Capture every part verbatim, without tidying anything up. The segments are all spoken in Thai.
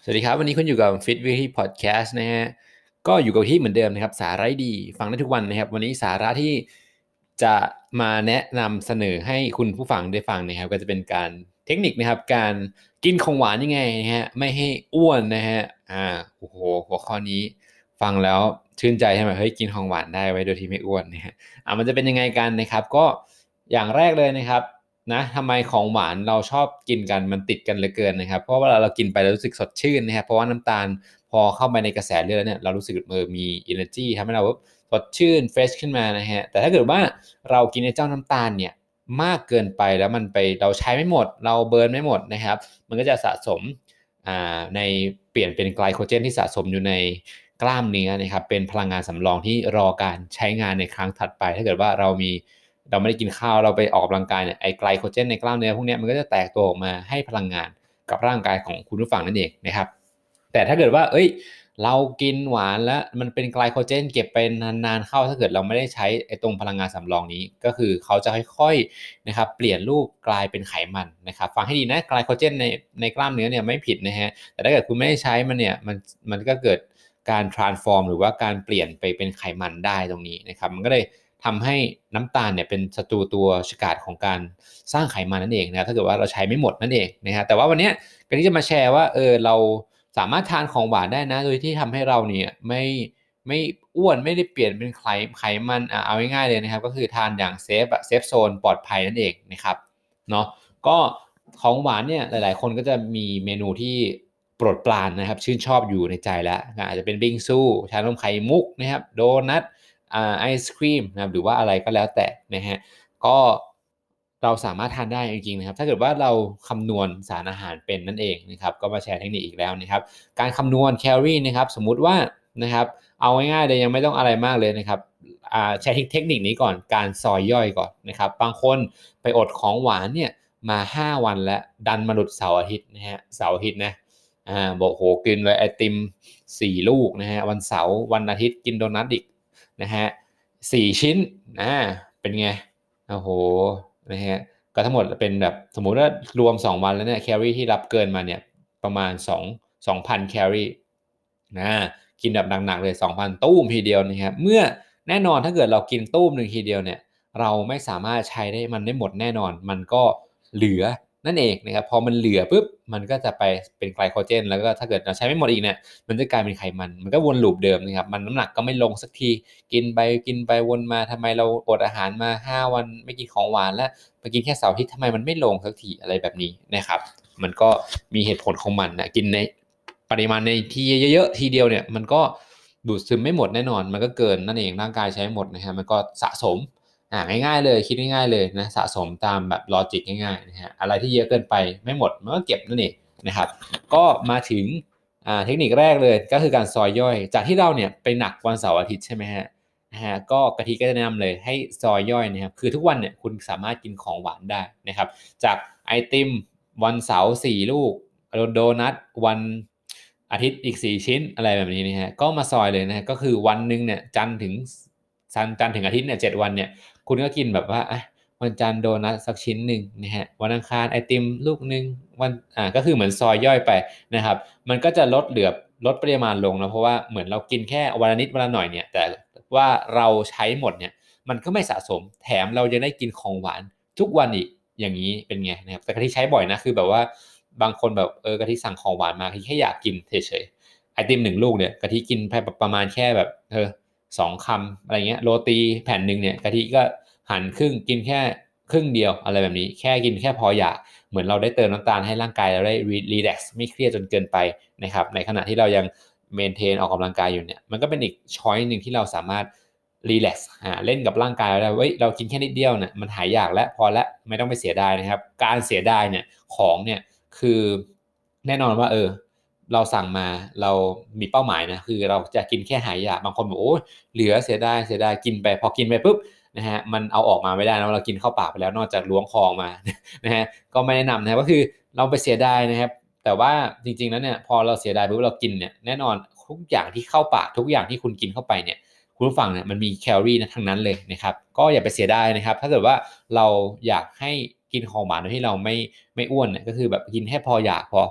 สวัสดีครับวันนี้คุณอยู่กับ Fit วิธี Podcast นะฮะก็อยู่กับที่เหมือนเดิมนะครับสาระดีฟังได้ทุกวันนะครับวันนี้สาระที่จะมาแนะนำเสนอให้คุณผู้ฟังได้ฟังนะครับก็จะเป็นการเทคนิคนะครับการกินของหวานยังไงนะฮะไม่ให้อ้วนนะฮะอ่าโอ้โหหัวข้อนี้ฟังแล้วชื่นใจใช่ไหมเฮ้ยกินของหวานได้ไว้โดยที่ไม่อ้วนนะฮะอ่ามันจะเป็นยังไงกันนะครับก็อย่างแรกเลยนะครับ นะทำไมของหวานเราชอบกินกันมันติดกันเหลือเกินนะครับเพราะเวลาเรากินไปเรารู้สึกสดชื่นนะครับเพราะว่าน้ำตาลพอเข้าไปในกระแสเลือดแล้วเนี่ยเรารู้สึกเออมี energy ทำให้เราสดชื่น fresh ขึ้นมานะฮะแต่ถ้าเกิดว่าเรากินในเจ้าน้ำตาลเนี่ยมากเกินไปแล้วมันไปเราใช้ไม่หมดเราเบิร์นไม่หมดนะครับมันก็จะสะสมอ่าในเปลี่ยนเป็นไกลโคเจนที่สะสมอยู่ในกล้ามเนื้อนะครับเป็นพลังงานสำรองที่รอการใช้งานในครั้งถัดไปถ้าเกิดว่าเรามี เราไม่ได้กินข้าวเราไปออกกำลังกายเนี่ยไอ้ไกลโคเจนในกล้ามเนื้อพวกนี้มันก็จะแตกตัวออกมาให้พลังงานกับร่างกายของคุณผู้ฟังนั่นเองนะครับแต่ถ้าเกิดว่าเอ้ยเรากินหวานแล้วมันเป็นไกลโคเจนเก็บไปนานๆเข้าถ้าเกิดเราไม่ได้ใช้ไอ้ตรงพลังงานสำรองนี้ก็คือเขาจะค่อยๆนะครับเปลี่ยนรูปกลายเป็นไขมันนะครับฟังให้ดีนะไกลโคเจนในในกล้ามเนื้อเนี่ยไม่ผิดนะฮะแต่ถ้าเกิดคุณไม่ได้ใช้มันเนี่ยมันมันก็เกิดการ transform หรือว่าการเปลี่ยนไปเป็นไขมันได้ตรงนี้นะครับมันก็เลย ทำให้น้ำตาลเนี่ยเป็นศัตรูตัวฉกาจของการสร้างไขมันนั่นเองนะถ้าเกิดว่าเราใช้ไม่หมดนั่นเองนะฮะแต่ว่าวันนี้ก็ที่จะมาแชร์ว่าเออเราสามารถทานของหวานได้นะโดยที่ทำให้เราเนี่ยไม่ไม่อ้วนไม่ได้เปลี่ยนเป็นไขไขมันอ่ะเอาง่ายๆเลยนะครับก็คือทานอย่างเซฟเซฟโซนปลอดภัยนั่นเองนะครับเนาะก็ของหวานเนี่ยหลายๆคนก็จะมีเมนูที่โปรดปรานนะครับชื่นชอบอยู่ในใจแล้วอาจจะเป็นบิงซูชานมไข่มุกนะครับโดนัท อ่าไอศครีมนะครับหรือว่าอะไรก็แล้วแต่นะฮะก็เราสามารถทานได้จริงๆนะครับถ้าเกิดว่าเราคำนวณสารอาหารเป็นนั่นเองนะครับก็มาแชร์เทคนิคอีกแล้วนะครับการคำนวณแคลอรี่นะครับสมมุติว่านะครับเอาง่ายๆเลยยังไม่ต้องอะไรมากเลยนะครับอ่าใช้เทคนิคนี้ก่อนการซอยย่อยก่อนนะครับบางคนไปอดของหวานเนี่ยมาห้าวันแล้วดันมาหลุดเสาร์อาทิตย์นะฮะเสาร์อาทิตย์นะอ่าบอกโหกินเลยไอติมสี่ลูกนะฮะวันเสาร์วันอาทิตย์กินโดนัทอีก นะฮะสี่ชิ้นอ่าเป็นไงโอ้โหนะฮะก็ทั้งหมดเป็นแบบสมมุติว่ารวมสองวันแล้วเนี่ยแคลอรี่ที่รับเกินมาเนี่ยประมาณ2 สองพันแคลอรี่นะกินแบบหนักๆเลยสองพันตู้มทีเดียวนะครับเมื่อแน่นอนถ้าเกิดเรากินตู้มหนึ่งทีเดียวเนี่ยเราไม่สามารถใช้ได้มันได้หมดแน่นอนมันก็เหลือนั่นเองนะครับพอมันเหลือปุ๊บมันก็จะไปเป็นไกลโคเจนแล้วก็ถ้าเกิดเราใช้ไม่หมดอีกเนี่ยมันจะกลายเป็นไขมันมันก็วนลูปเดิมนะครับมันน้ำหนักก็ไม่ลงสักที กินไปกินไปวนมาทำไมเราอดอาหารมาห้าวันไม่กินของหวานแล้วมากินแค่เสาร์อาทิตย์ทำไมมันไม่ลงสักทีอะไรแบบนี้นะครับมันก็มีเหตุผลของมันนะกินในปริมาณในที่เยอะๆทีเดียวเนี่ยมันก็ดูดซึมไม่หมดแน่นอนมันก็เกินนั่นเองร่างกายใช้หมดนะฮะมันก็สะสมอ่าง่ายๆเลยคิดง่ายๆเลยนะสะสมตามแบบลอจิกง่ายๆนะฮะอะไรที่เยอะเกินไปไม่หมดมันก็เก็บนั่นเองนะครับก็มาถึง อ่าเทคนิคแรกเลยก็คือการซอยย่อยจากที่เราเนี่ยไปหนักวันเสาร์อาทิตย์ใช่ไหมฮะนะฮะก็กะทิก็จะแนะนำเลยให้ซอยย่อยนะครับคือทุกวันเนี่ยคุณสามารถกินของหวานได้นะครับจากไอติมวันเสาร์สี่ลูกโดนัทวันอาทิตย์อีกสี่ชิ้นอะไรแบบนี้นะฮะก็มาซอยเลยนะก็คือวันหนึ่งเนี่ยจันทร์ถึงจันทร์จันทร์ถึงอาทิตย์เนี่ยเจ็ดวันเนี่ยคุณก็กินแบบว่าอ่ะวันจันทร์โดนัทสักชิ้นหนึ่งนะฮะวันอังคารไอติมลูกหนึ่งวันอ่าก็คือเหมือนซอยย่อยไปนะครับ มันก็จะลดเหลือลดปริมาณลงนะเพราะว่าเหมือนเรากินแค่วันละนิดวันละหน่อยเนี่ยแต่ว่าเราใช้หมดเนี่ยมันก็ไม่สะสมแถมเราจะได้กินของหวานทุกวันอีกอย่างนี้เป็นไงนะครับแต่กะทิใช้บ่อยนะคือแบบว่าบางคนแบบเออกะทิสั่งของหวานมาแค่อยากกินเฉยๆไอติมหนึ่งลูกเนี่ยกะทิกินประมาณแค่แบบเออสองคำอะไรเงี้ยโรตีแผ่นหนึ่งเนี่ยกะทิก็หั่นครึ่งกินแค่ครึ่งเดียวอะไรแบบนี้แค่กินแค่พออยาก เหมือนเราได้เติมน้ำตาลให้ร่างกายเราได้รีแลกซ์ไม่เครียดจนเกินไปนะครับในขณะที่เรายังเมนเทนออกกำลังกายอยู่เนี่ยมันก็เป็นอีกช้อยหนึ่งที่เราสามารถรีแลกซ์เล่นกับร่างกายเราได้เว้ยเรากินแค่นิดเดียวเนี่ยมันหายอยากแล้วพอแล้วไม่ต้องไปเสียดายนะครับการเสียดายเนี่ยของเนี่ยคือแน่นอนว่าเออเราสั่งมาเรามีเป้าหมายนะคือเราจะกินแค่หายอยากบางคนบอกโอ้เหลือเสียดายเสียดายกินไปพอกินไปปุ๊บนะฮะมันเอาออกมาไม่ได้นะเรากินเข้าปากไปแล้วนอกจากล้วงคอมา นะฮะก็ไม่แนะนำนะครับก็คือเราไปเสียดายนะครับแต่ว่าจริงๆแล้วเนี่ยพอเราเสียดายปุ๊บเรากินเนี่ยแน่นอนทุกอย่างที่เข้าปากทุกอย่างที่คุณกินเข้าไปเนี่ยคุณผู้ฟังเนี่ยมันมีแคลอรี่นะทั้งนั้นเลยนะครับก็อย่าไปเสียดายนะครับถ้าเกิดว่าเราอยากให้กินของหวานโดยที่เราไม่ไม่อ้วนเนี่ยก็คือแบบกินแค่พออยากพอ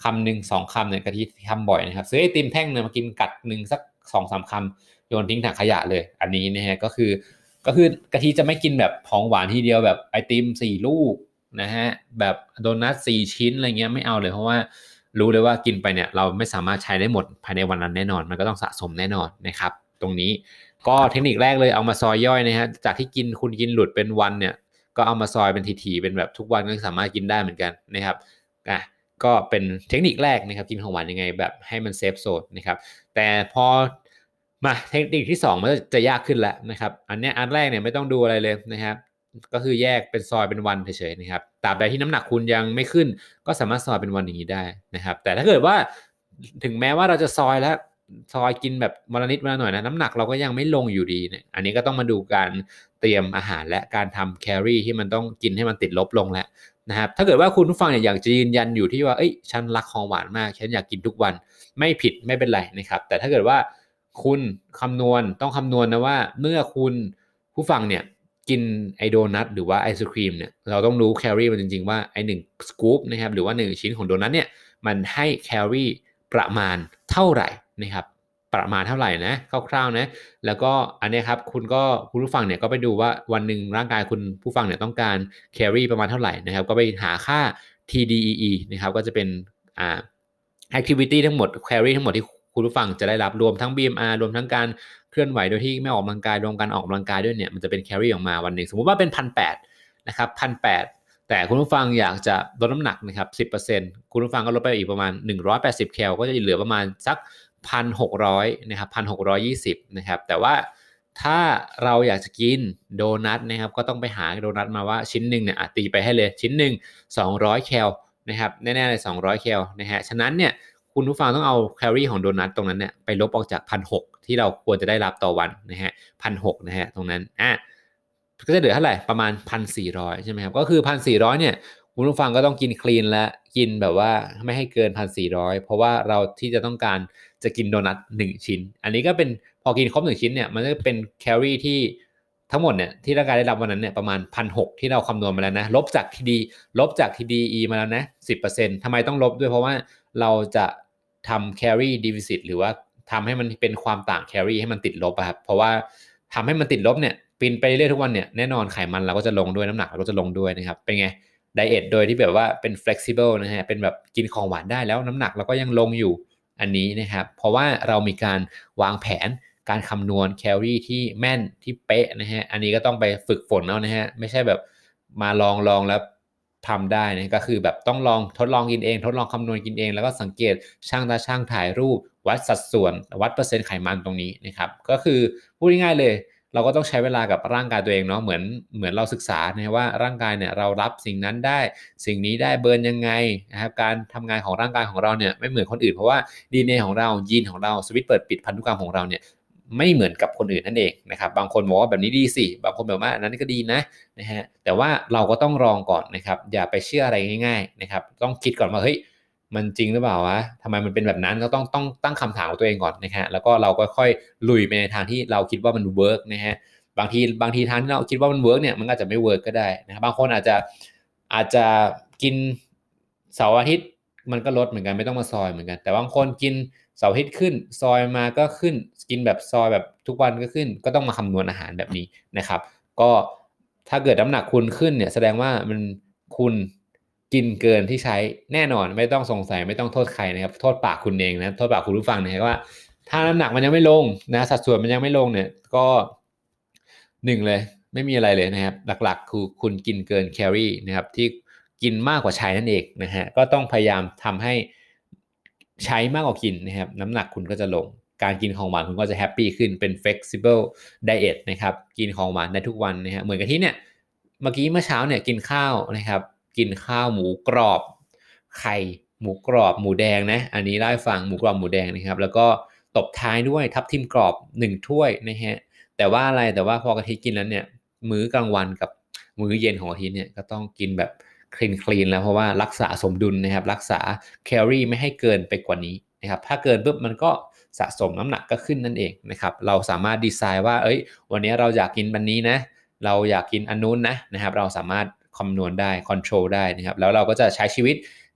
คำหนึ่งสองคำเนี่ยกะทิทำบ่อยนะครับซื้อไอติมแท่งเนี่ยมากินกัดหนึ่งสักสองสามคำโยนทิ้งถังขยะเลยอันนี้นะฮะก็คือก็คือกะทิจะไม่กินแบบของหวานทีเดียวแบบไอติมสี่ลูกนะฮะแบบโดนัทสี่ชิ้นอะไรเงี้ยไม่เอาเลยเพราะว่ารู้เลยว่ากินไปเนี่ยเราไม่สามารถใช้ได้หมดภายในวันนั้นแน่นอนมันก็ต้องสะสมแน่นอนนะครับตรงนี้ก็เทคนิคแรกเลยเอามาซอยย่อยนะฮะจากที่กินคุณกินหลุดเป็นวันเนี่ยก็เอามาซอยเป็นทีๆเป็นแบบทุกวันก็สามารถกินได้เหมือนกันนะครับอ่ะก็เป็นเทคนิคแรกนะครับกินของหวานยังไงแบบให้มันเซฟโซนนะครับแต่พอมาเทคนิคที่สองมันจะยากขึ้นแล้วนะครับอันนี้อันแรกเนี่ยไม่ต้องดูอะไรเลยนะครับก็คือแยกเป็นซอยเป็นวันเฉยๆนะครับตราบใดที่น้ำหนักคุณยังไม่ขึ้นก็สามารถซอยเป็นวันอย่างนี้ได้นะครับแต่ถ้าเกิดว่าถึงแม้ว่าเราจะซอยแล้วซอยกินแบบวันละนิดวันละหน่อยนะน้ำหนักเราก็ยังไม่ลงอยู่ดีเนี่ยอันนี้ก็ต้องมาดูการเตรียมอาหารและการทำแคลอรี่ที่มันต้องกินให้มันติดลบลงแล้วนะครับถ้าเกิดว่าคุณผู้ฟังเนี่ยอยากจะยืนยันอยู่ที่ว่าเอ้ยฉันรักของหวานมากฉันอยากกินทุกวันไม่ผิดไม่เป็นไรนะครับแต่ถ้าเกิดว่าคุณคำนวณต้องคำนวณนะว่าเมื่อคุณผู้ฟังเนี่ยกินไอโดนัทหรือว่าไอศครีมเนี่ยเราต้องรู้แคลอรี่มันจริงๆว่าไอหนึ่งสกู๊ปนะครับหรือว่าหนึ่งชิ้นของโดนัทเนี่ยมันให้แคลอรี่ประมาณเท่าไหร่นะครับประมาณเท่าไหร่นะคร่าวๆนะแล้วก็อันนี้ครับคุณก็คุณผู้ฟังเนี่ยก็ไปดูว่าวันหนึ่งร่างกายคุณผู้ฟังเนี่ยต้องการแคลอรี่ประมาณเท่าไหร่นะครับก็ไปหาค่า ที ดี อี อี นะครับก็จะเป็นอ่า activity ทั้งหมดแคลอรี่ทั้งหมดที่คุณผู้ฟังจะได้รับรวมทั้ง บี เอ็ม อาร์ รวมทั้งการเคลื่อนไหวโดยที่ไม่ออกกำลังกายรวมการออกกำลังกายด้วยเนี่ยมันจะเป็นแคลอรี่ออกมาวันหนึ่งสมมุติว่าเป็น หนึ่งพันแปดร้อย นะครับ หนึ่งพันแปดร้อย แต่คุณผู้ฟังอยากจะลดน้ำหนักนะครับ สิบเปอร์เซ็นต์ คุณผู้ฟังก็ลดไปอีกประมาณหนึ่งร้อยแปดสิบแคลก็จะเหลือประมาณสัก หนึ่งพันหกร้อย นะครับ หนึ่งพันหกร้อยยี่สิบ นะครับแต่ว่าถ้าเราอยากจะกินโดนัทนะครับก็ต้องไปหาโดนัทมาว่าชิ้นหนึ่งเนี่ยตีไปให้เลยชิ้นหนึ่งสองร้อยแคลนะครับแน่ๆเลยสองร้อยแคลนะฮะฉะนั้นเนี่ยคุณผู้ฟังต้องเอาแคลอรี่ของโดนัทตรงนั้นเนี่ยไปลบออกจาก หนึ่งพันหกร้อย ที่เราควรจะได้รับต่อวันนะฮะ หนึ่งพันหกร้อย นะฮะตรงนั้นอ่ะก็จะเหลือเท่าไหร่ประมาณ หนึ่งพันสี่ร้อย ใช่ไหมครับก็คือ หนึ่งพันสี่ร้อย เนี่ยคุณผู้ฟังก็ต้องกินคลีนและกินแบบว่าไม่ให้เกิน หนึ่งพันสี่ร้อย เพราะว่าเราที่จะต้องการจะกินโดนัทหนึ่งชิ้นอันนี้ก็เป็นพอกินครบหนึ่งชิ้นเนี่ยมันจะเป็นแคลอรี่ที่ทั้งหมดเนี่ยที่ร่างกายได้รับวันนั้นเนี่ยประมาณ หนึ่งพันหกร้อย ที่เราคำนวณมาแล้วนะลบจาก ที ดี ลบจาก ที ดี อี มาแล้วนะ สิบเปอร์เซ็นต์ ทำไมต้องลบด้วยเพราะว่าเราจะทำ carry deficit หรือว่าทำให้มันเป็นความต่าง carry ให้มันติดลบครับเพราะว่าทำให้มันติดลบเนี่ยปีนไปเรื่อยทุกวันเนี่ยแน่นอนไขมันเราก็จะลงด้วยน้ำหนักเราก็จะลงด้วยนะครับเป็นไงไดเอทโดยที่แบบว่าเป็น flexible นะฮะเป็นแบบกินของหวานได้แล้วน้ำหนักเราก็ยังลงอยู่อันนี้นะครับเพราะว่าเรามีการวางแผนการคำนวณแคลอรี่ที่แม่นที่เป๊ะนะฮะอันนี้ก็ต้องไปฝึกฝนเอานะฮะไม่ใช่แบบมาลองลองแล้วทำได้นะก็คือแบบต้องลองทดลองกินเองทดลองคำนวณกินเองแล้วก็สังเกตช่างตาช่างถ่ายรูปวัดสัดส่วนวัดเปอร์เซ็นต์ไขมันตรงนี้นะครับก็คือพูดง่ายๆเลยเราก็ต้องใช้เวลากับร่างกายตัวเองเนาะเหมือนเหมือนเราศึกษานะว่าร่างกายเนี่ยเรารับสิ่งนั้นได้สิ่งนี้ได้เบิร์นยังไงนะครับการทำงานของร่างกายของเราเนี่ยไม่เหมือนคนอื่นเพราะว่า ดี เอ็น เอ ของเรายีนของเราสวิตช์เปิดปิดพันธุกรรมของเราเนี่ยไม่เหมือนกับคนอื่นนั่นเองนะครับบางคนบอกว่าแบบนี้ดีสิบางคนแบบว่าอันนั้นก็ดีนะนะฮะแต่ว่าเราก็ต้องลองก่อนนะครับอย่าไปเชื่ออะไรง่ายๆนะครับต้องคิดก่อนว่าเฮ้ยมันจริงหรือเปล่าวะทำไมมันเป็นแบบนั้นก็ต้องต้องตั้งคำถามกับตัวเองก่อนนะฮะแล้วก็เราก็ค่อยลุยไปในทางที่เราคิดว่ามันเวิร์กนะฮะบางทีบางทีทางที่เราคิดว่ามันเวิร์กเนี่ยมันอาจจะไม่เวิร์กก็ได้นะครับบางคนอาจจะอาจจะกินเสาร์อาทิตย์มันก็ลดเหมือนกันไม่ต้องมาซอยเหมือนกันแต่บางคนกินเสาร์อาทิตย์ขึ้นซอยมาก็ขึ้นกินแบบซอยแบบทุกวันก็ขึ้นก็ต้องมาคำนวณอาหารแบบนี้นะครับก็ถ้าเกิดน้ำหนักคุณขึ้นเนี่ยแสดงว่ามันคุณกินเกินที่ใช้แน่นอนไม่ต้องสงสัยไม่ต้องโทษใครนะครับโทษปากคุณเองนะโทษปากคุณผู้ฟังนะครับว่าถ้าน้ำหนักมันยังไม่ลงนะสัดส่วนมันยังไม่ลงเนี่ยก็หนึ่งเลยไม่มีอะไรเลยนะครับหลักๆคือคุณกินเกินแคลอรี่นะครับที่กินมากกว่าใช้นั่นเองนะฮะก็ต้องพยายามทำให้ใช้มากกว่ากินนะครับน้ำหนักคุณก็จะลงการกินของหวานคุณก็จะแฮปปี้ขึ้นเป็น flexible diet นะครับกินของหวานได้ทุกวันนะฮะเหมือนกับที่เนี่ยเมื่อกี้เมื่อเช้าเนี่ยกินข้าวนะครับกินข้าวหมูกรอบไข่หมูกรอบหมูแดงนะอันนี้เล่าให้ฟังหมูกรอบหมูแดงนะครับแล้วก็ตบท้ายด้วยทับทิมกรอบหนึ่งถ้วยนะฮะแต่ว่าอะไรแต่ว่าพอกะทิกินแล้วเนี่ยมื้อกลางวันกับมื้อเย็นของอาทิตย์เนี่ยก็ต้องกินแบบคลีนคลีนแล้วเพราะว่ารักษาสมดุลนะครับรักษาแคลอรี่ไม่ให้เกินไปกว่านี้นะครับถ้าเกินปุ๊บมันก็สะสมน้ำหนักก็ขึ้นนั่นเองนะครับเราสามารถดีไซน์ว่าเอ้ยวันนี้เราอยากกินวันนี้นะเราอยากกินอันนู้นนะนะครับเราสามารถคำนวณได้คอนโทรลได้นะครับแล้วเราก็จะใช้ชีวิต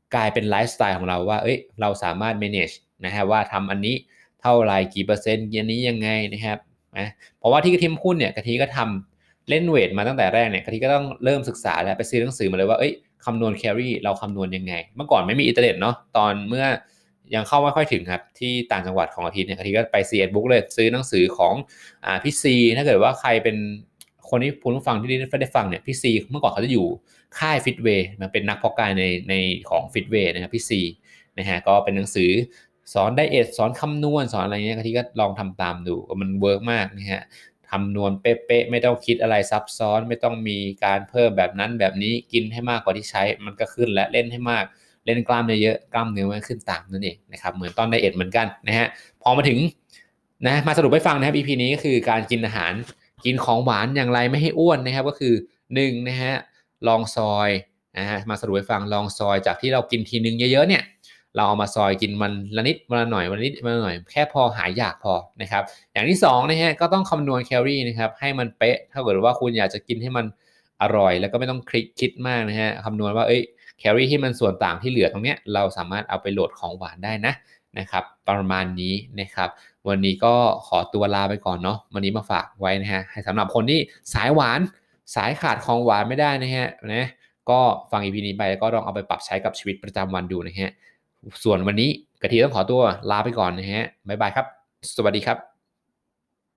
กลายเป็นไลฟ์สไตล์ของเราว่าเอ้ยเราสามารถ manage นะฮะว่าทำอันนี้เท่าไรกี่เปอร์เซ็นต์อันนี้ยังไงนะครับนะเพราะว่าที่กะทิหุ้นเนี่ยกะทิก็ทำเล่นเวทมาตั้งแต่แรกเนี่ยกะทิก็ต้องเริ่มศึกษาแล้วไปซื้อหนังสือมาเลยว่าเอ้ยคำนวณแคลอรี่เราคำนวณยังไงเมื่อก่อนไม่มีอินเทอร์เน็ตเนาะตอนเมื่อยังเข้าไม่ค่อยถึงครับที่ต่างจังหวัดของอาทิตย์เนี่ยอาทิตย์ก็ไป ซี เอ็ด Book เลยซื้อหนังสือของอ่าพี่ซีถ้าเกิดว่าใครเป็นคนที่คุณผู้ฟังที่ได้ฟังเนี่ยพี่ซีเมื่อก่อนเขาจะอยู่ค่ายฟิตเวย์มันเป็นนักเพาะกายในในของฟิตเวย์นะครับพี่ซีนะฮะก็เป็นหนังสือสอนไดเอทสอนคำนวณสอนอะไรเงี้ยอาทิตย์ก็ลองทำตามดูมันเวิร์กมากนะฮะคำนวณเป๊ะๆไม่ต้องคิดอะไรซับซ้อนไม่ต้องมีการเพิ่มแบบนั้นแบบนี้กินให้มากกว่าที่ใช้มันก็ขึ้นและเล่นให้มากเล่นกล้ามเยอะๆกล้ามเนื้อมันขึ้นตามนั่นเองนะครับเหมือนตอนไดเอทเหมือนกันนะฮะพอมาถึงนะมาสรุปให้ฟังนะครับ อี พี นี้ก็คือการกินอาหารกินของหวานอย่างไรไม่ให้อ้วนนะครับก็คือหนึ่งนะฮะลองซอยนะฮะมาสรุปให้ฟังลองซอยจากที่เรากินทีนึงเยอะๆเนี่ยเราเอามาซอยกินมันละนิดวันละหน่อยวันละนิดวันละหน่อยแค่พอหายอยากพอนะครับอย่างที่สองนะฮะก็ต้องคำนวณแคลอรี่นะครับให้มันเป๊ะถ้าเกิดว่าคุณอยากจะกินให้มันอร่อยแล้วก็ไม่ต้องคิดคิดมากนะฮะคำนวณว่าเอ้ยแคลอรี่ที่มันส่วนต่างที่เหลือตรงเนี้ยเราสามารถเอาไปโหลดของหวานได้นะนะครับประมาณนี้นะครับวันนี้ก็ขอตัวลาไปก่อนเนาะวันนี้มาฝากไว้นะฮะให้สำหรับคนที่สายหวานสายขาดของหวานไม่ได้นะฮะนะก็ฟัง อี พี นี้ไปแล้วก็ลองเอาไปปรับใช้กับชีวิตประจำวันดูนะฮะส่วนวันนี้กะทิต้องขอตัวลาไปก่อนนะฮะบ๊ายบายครับสวัสดีครับ